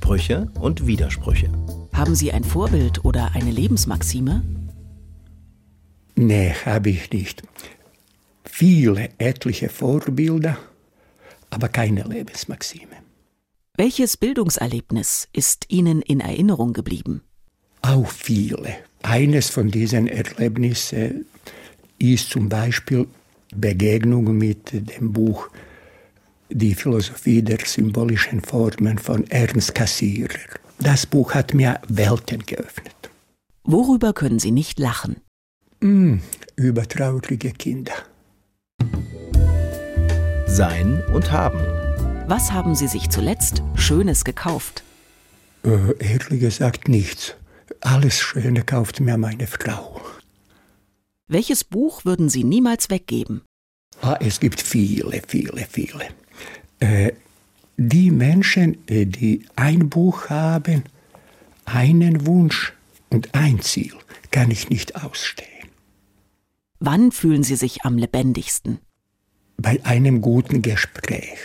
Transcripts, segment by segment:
Sprüche und Widersprüche. Haben Sie ein Vorbild oder eine Lebensmaxime? Nee, habe ich nicht. Viele, etliche Vorbilder, aber keine Lebensmaxime. Welches Bildungserlebnis ist Ihnen in Erinnerung geblieben? Auch viele. Eines von diesen Erlebnissen ist zum Beispiel Begegnung mit dem Buch Die Philosophie der symbolischen Formen von Ernst Cassirer. Das Buch hat mir Welten geöffnet. Worüber können Sie nicht lachen? Über traurige Kinder. Sein und haben. Was haben Sie sich zuletzt Schönes gekauft? Ehrlich gesagt nichts. Alles Schöne kauft mir meine Frau. Welches Buch würden Sie niemals weggeben? Es gibt viele. Die Menschen, die ein Buch haben, einen Wunsch und ein Ziel, kann ich nicht ausstehen. Wann fühlen Sie sich am lebendigsten? Bei einem guten Gespräch.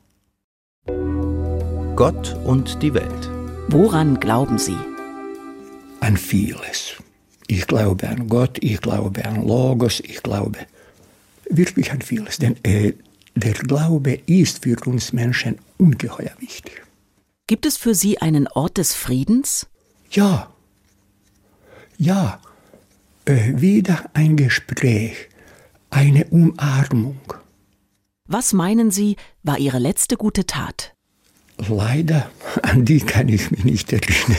Gott und die Welt. Woran glauben Sie? An vieles. Ich glaube an Gott, ich glaube an Logos, ich glaube wirklich an vieles. Denn der Glaube ist für uns Menschen ungeheuer wichtig. Gibt es für Sie einen Ort des Friedens? Ja. Wieder ein Gespräch, eine Umarmung. Was meinen Sie, war Ihre letzte gute Tat? Leider, an die kann ich mich nicht erinnern.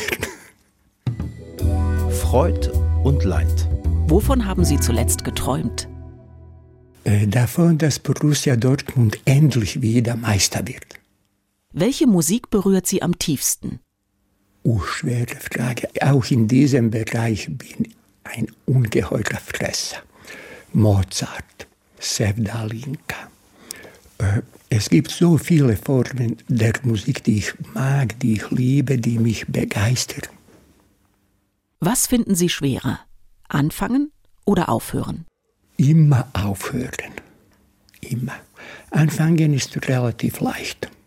Freud und Leid. Wovon haben Sie zuletzt geträumt? Davon, dass Borussia Dortmund endlich wieder Meister wird. Welche Musik berührt Sie am tiefsten? Schwere Frage. Auch in diesem Bereich bin ich ein ungeheurer Fresser. Mozart, Sevdalinka. Es gibt so viele Formen der Musik, die ich mag, die ich liebe, die mich begeistern. Was finden Sie schwerer? Anfangen oder aufhören? Immer aufhören. Immer. Anfangen ist relativ leicht.